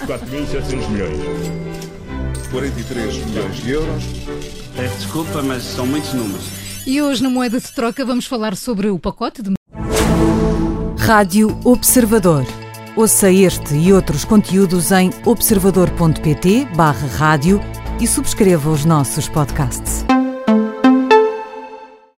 4.700 milhões. 43 milhões de euros. Peço desculpa, mas são muitos números. E hoje, na Moeda de Troca, vamos falar sobre o pacote de... Rádio Observador. Ouça este e outros conteúdos em observador.pt/rádio e subscreva os nossos podcasts.